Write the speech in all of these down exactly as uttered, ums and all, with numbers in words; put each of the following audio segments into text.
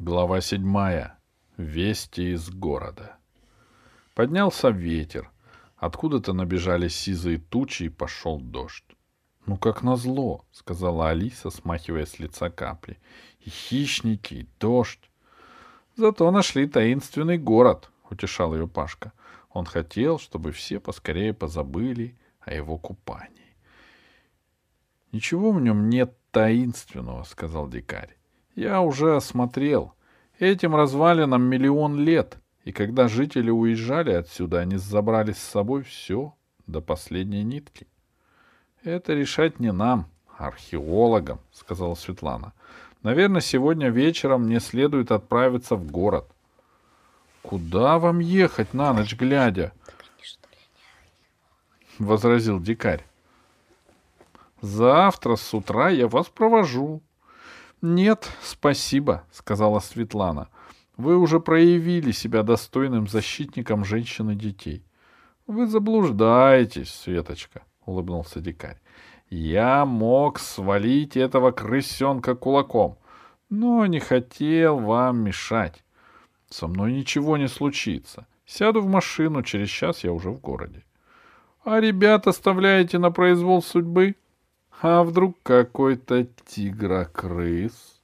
Глава седьмая. Вести из города. Поднялся ветер. Откуда-то набежали сизые тучи, и пошел дождь. — Ну, как назло, — сказала Алиса, смахивая с лица капли. — И хищники, и дождь. — Зато нашли таинственный город, — утешал ее Пашка. Он хотел, чтобы все поскорее позабыли о его купании. — Ничего в нем нет таинственного, — сказал дикарь. — Я уже осмотрел. Этим развалинам миллион лет, и когда жители уезжали отсюда, они забрали с собой все до последней нитки. — Это решать не нам, а археологам, — сказала Светлана. — Наверное, сегодня вечером мне следует отправиться в город. — Куда вам ехать на ночь глядя? — возразил дикарь. — Завтра с утра я вас провожу. — Нет, спасибо, — сказала Светлана. — Вы уже проявили себя достойным защитником женщин и детей. — Вы заблуждаетесь, Светочка, — улыбнулся дикарь. — Я мог свалить этого крысенка кулаком, но не хотел вам мешать. Со мной ничего не случится. Сяду в машину, через час я уже в городе. — А ребят оставляете на произвол судьбы? А вдруг какой-то тигрокрыс?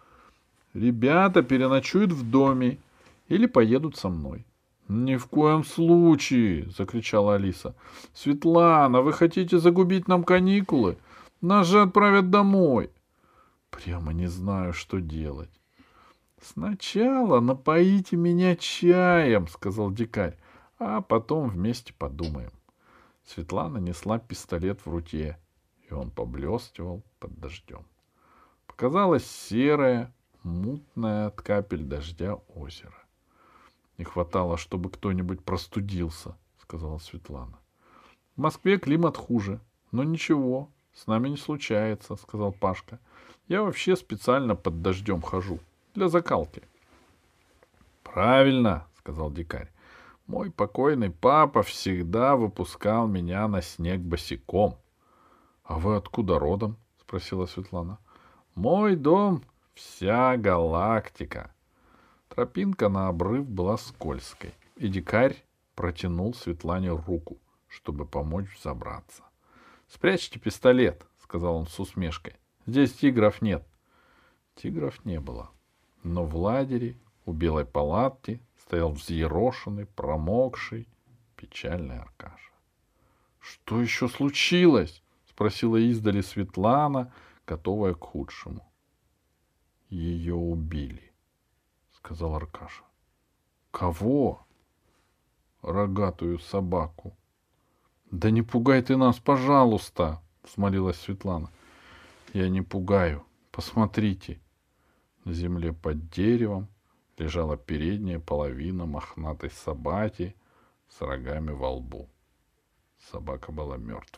Ребята переночуют в доме или поедут со мной. — Ни в коем случае! — закричала Алиса. — Светлана, вы хотите загубить нам каникулы? Нас же отправят домой. Прямо не знаю, что делать. — Сначала напоите меня чаем, — сказал дикарь, — а потом вместе подумаем. Светлана несла пистолет в руке, и он поблескивал под дождем. Показалось серое, мутное от капель дождя озеро. — Не хватало, чтобы кто-нибудь простудился, — сказала Светлана. — В Москве климат хуже, но ничего, с нами не случается, — сказал Пашка. — Я вообще специально под дождем хожу, для закалки. — Правильно, — сказал дикарь. — Мой покойный папа всегда выпускал меня на снег босиком. — А вы откуда родом? — спросила Светлана. — Мой дом — вся галактика. Тропинка на обрыв была скользкой, и дикарь протянул Светлане руку, чтобы помочь взобраться. — Спрячьте пистолет, — сказал он с усмешкой. — Здесь тигров нет. Тигров не было, но в лагере у белой палатки стоял взъерошенный, промокший, печальный Аркаша. — Что еще случилось? — спросила издали Светлана, готовая к худшему. — Ее убили, — сказал Аркаша. — Кого? — Рогатую собаку. — Да не пугай ты нас, пожалуйста, — взмолилась Светлана. — Я не пугаю. Посмотрите. На земле под деревом лежала передняя половина мохнатой собаки с рогами во лбу. Собака была мертвой.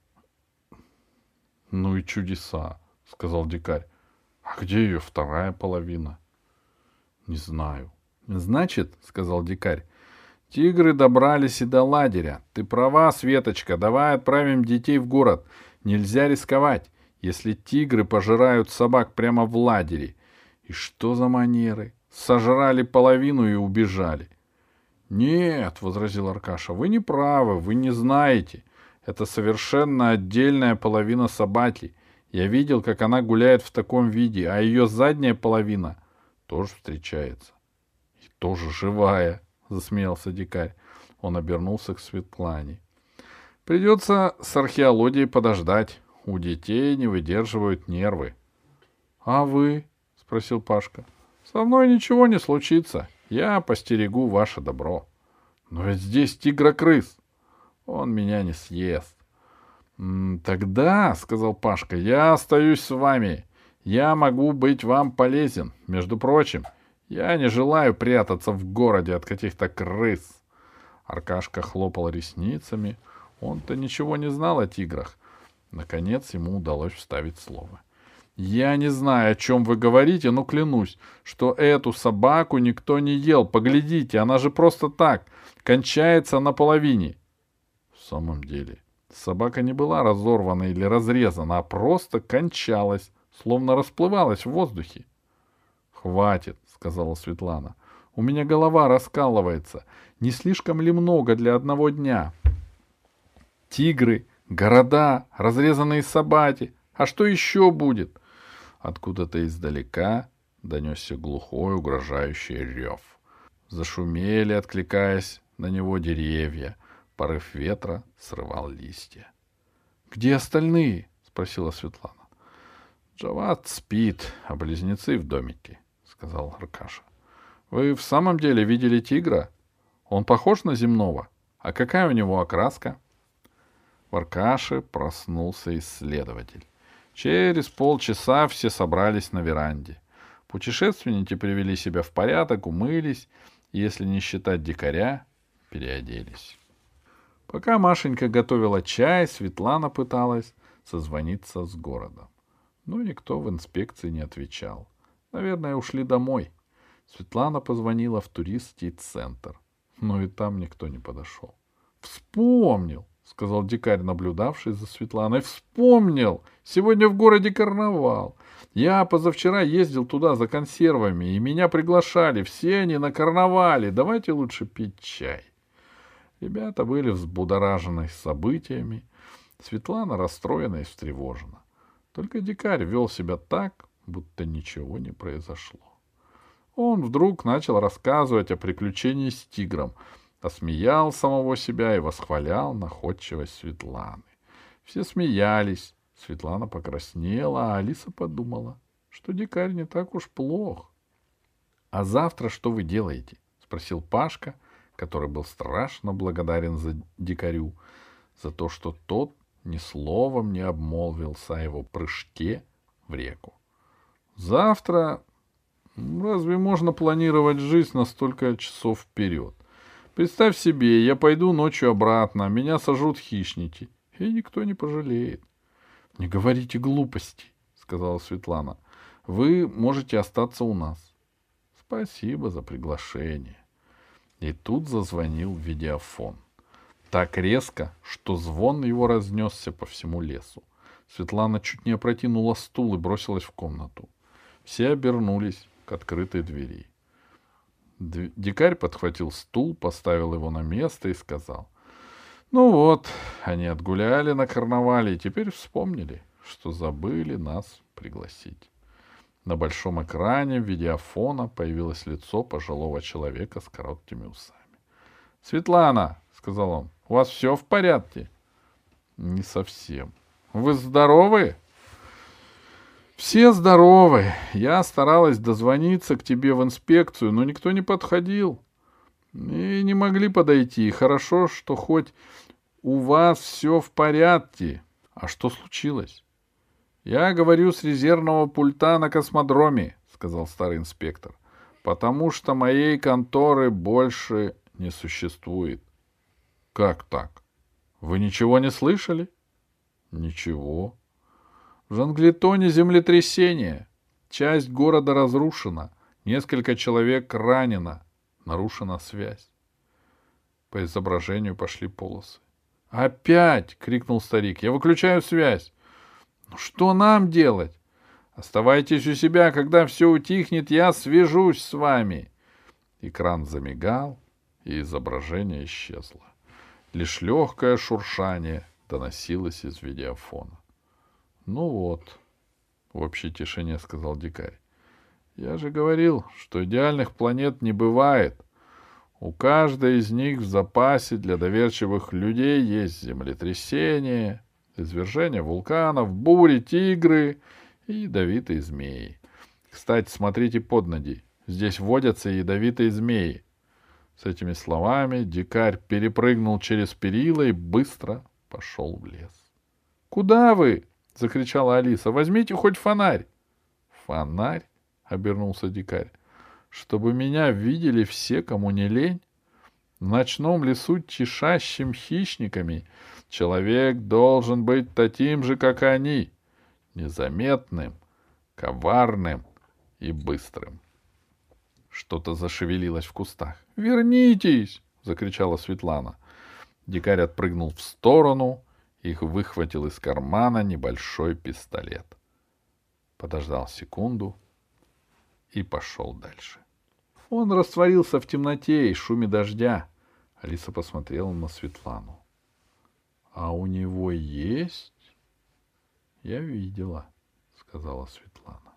— Ну и чудеса, — сказал дикарь. — А где ее вторая половина? — Не знаю. — Значит, — сказал дикарь, — тигры добрались и до лагеря. Ты права, Светочка, давай отправим детей в город. Нельзя рисковать, если тигры пожирают собак прямо в лагере. И что за манеры? Сожрали половину и убежали. — Нет, — возразил Аркаша, — вы не правы, вы не знаете. Это совершенно отдельная половина собаки. Я видел, как она гуляет в таком виде, а ее задняя половина тоже встречается. — И тоже живая, — засмеялся дикарь. Он обернулся к Светлане. — Придется с археологией подождать. У детей не выдерживают нервы. — А вы? — спросил Пашка. — Со мной ничего не случится. Я постерегу ваше добро. — Но ведь здесь тигрокрыс. Он меня не съест. — Тогда, — сказал Пашка, — я остаюсь с вами. Я могу быть вам полезен. Между прочим, я не желаю прятаться в городе от каких-то крыс. Аркашка хлопал ресницами. Он-то ничего не знал о тиграх. Наконец ему удалось вставить слово. — Я не знаю, о чем вы говорите, но клянусь, что эту собаку никто не ел. Поглядите, она же просто так, кончается на половине. В самом деле, собака не была разорвана или разрезана, а просто кончалась, словно расплывалась в воздухе. — Хватит, сказала Светлана. У меня голова раскалывается. Не слишком ли много для одного дня? Тигры, города, разрезанные собаки. А что еще будет? Откуда-то издалека донесся глухой, угрожающий рев. Зашумели, откликаясь на него деревья. Порыв ветра срывал листья. — Где остальные? — спросила Светлана. — Джавад спит, а близнецы в домике, — сказал Аркаша. — Вы в самом деле видели тигра? Он похож на земного? А какая у него окраска? В Аркаше проснулся исследователь. Через полчаса все собрались на веранде. Путешественники привели себя в порядок, умылись, и, если не считать дикаря, переоделись. Пока Машенька готовила чай, Светлана пыталась созвониться с городом. Но никто в инспекции не отвечал. Наверное, ушли домой. Светлана позвонила в туристский центр, но и там никто не подошел. «Вспомнил!» — сказал дикарь, наблюдавший за Светланой. «Вспомнил! Сегодня в городе карнавал. Я позавчера ездил туда за консервами, и меня приглашали. Все они на карнавале. Давайте лучше пить чай». Ребята были взбудоражены событиями. Светлана расстроена и встревожена. Только дикарь вел себя так, будто ничего не произошло. Он вдруг начал рассказывать о приключении с тигром, осмеял самого себя и восхвалял находчивость Светланы. Все смеялись. Светлана покраснела, а Алиса подумала, что дикарь не так уж плох. — А завтра что вы делаете? — спросил Пашка, который был страшно благодарен за дикарю, за то, что тот ни словом не обмолвился о его прыжке в реку. — Завтра... Разве можно планировать жизнь на столько часов вперед? Представь себе, я пойду ночью обратно, меня сожрут хищники, и никто не пожалеет. — Не говорите глупостей, — сказала Светлана. — Вы можете остаться у нас. — Спасибо за приглашение. И тут зазвонил видеофон. Так резко, что звон его разнесся по всему лесу. Светлана чуть не опрокинула стул и бросилась в комнату. Все обернулись к открытой двери. Дикарь подхватил стул, поставил его на место и сказал: — Ну вот, они отгуляли на карнавале и теперь вспомнили, что забыли нас пригласить. На большом экране видеофона появилось лицо пожилого человека с короткими усами. — Светлана, — сказал он, — у вас все в порядке? — Не совсем. — Вы здоровы? — Все здоровы. Я старалась дозвониться к тебе в инспекцию, но никто не подходил. И не могли подойти. Хорошо, что хоть у вас все в порядке. А что случилось? — Я говорю с резервного пульта на космодроме, — сказал старый инспектор, — потому что моей конторы больше не существует. — Как так? Вы ничего не слышали? — Ничего. В Джанглитоне землетрясение. Часть города разрушена. Несколько человек ранено. Нарушена связь. По изображению пошли полосы. — Опять! — крикнул старик. — Я выключаю связь. — Ну что нам делать? — Оставайтесь у себя, когда все утихнет, я свяжусь с вами. Экран замигал, и изображение исчезло. Лишь легкое шуршание доносилось из видеофона. — Ну вот, — в общей тишине сказал дикарь. — Я же говорил, что идеальных планет не бывает. У каждой из них в запасе для доверчивых людей есть землетрясение, извержение вулканов, бури, тигры и ядовитые змеи. Кстати, смотрите под ноги. Здесь водятся ядовитые змеи. С этими словами дикарь перепрыгнул через перила и быстро пошел в лес. — Куда вы? — закричала Алиса. — Возьмите хоть фонарь. — Фонарь? — обернулся дикарь. — Чтобы меня видели все, кому не лень? В ночном лесу, чешащим хищниками, человек должен быть таким же, как они, незаметным, коварным и быстрым. Что-то зашевелилось в кустах. «Вернитесь!» — закричала Светлана. Дикарь отпрыгнул в сторону, их выхватил из кармана небольшой пистолет. Подождал секунду и пошел дальше. Он растворился в темноте и шуме дождя. Алиса посмотрела на Светлану. — А у него есть? — Я видела, — сказала Светлана.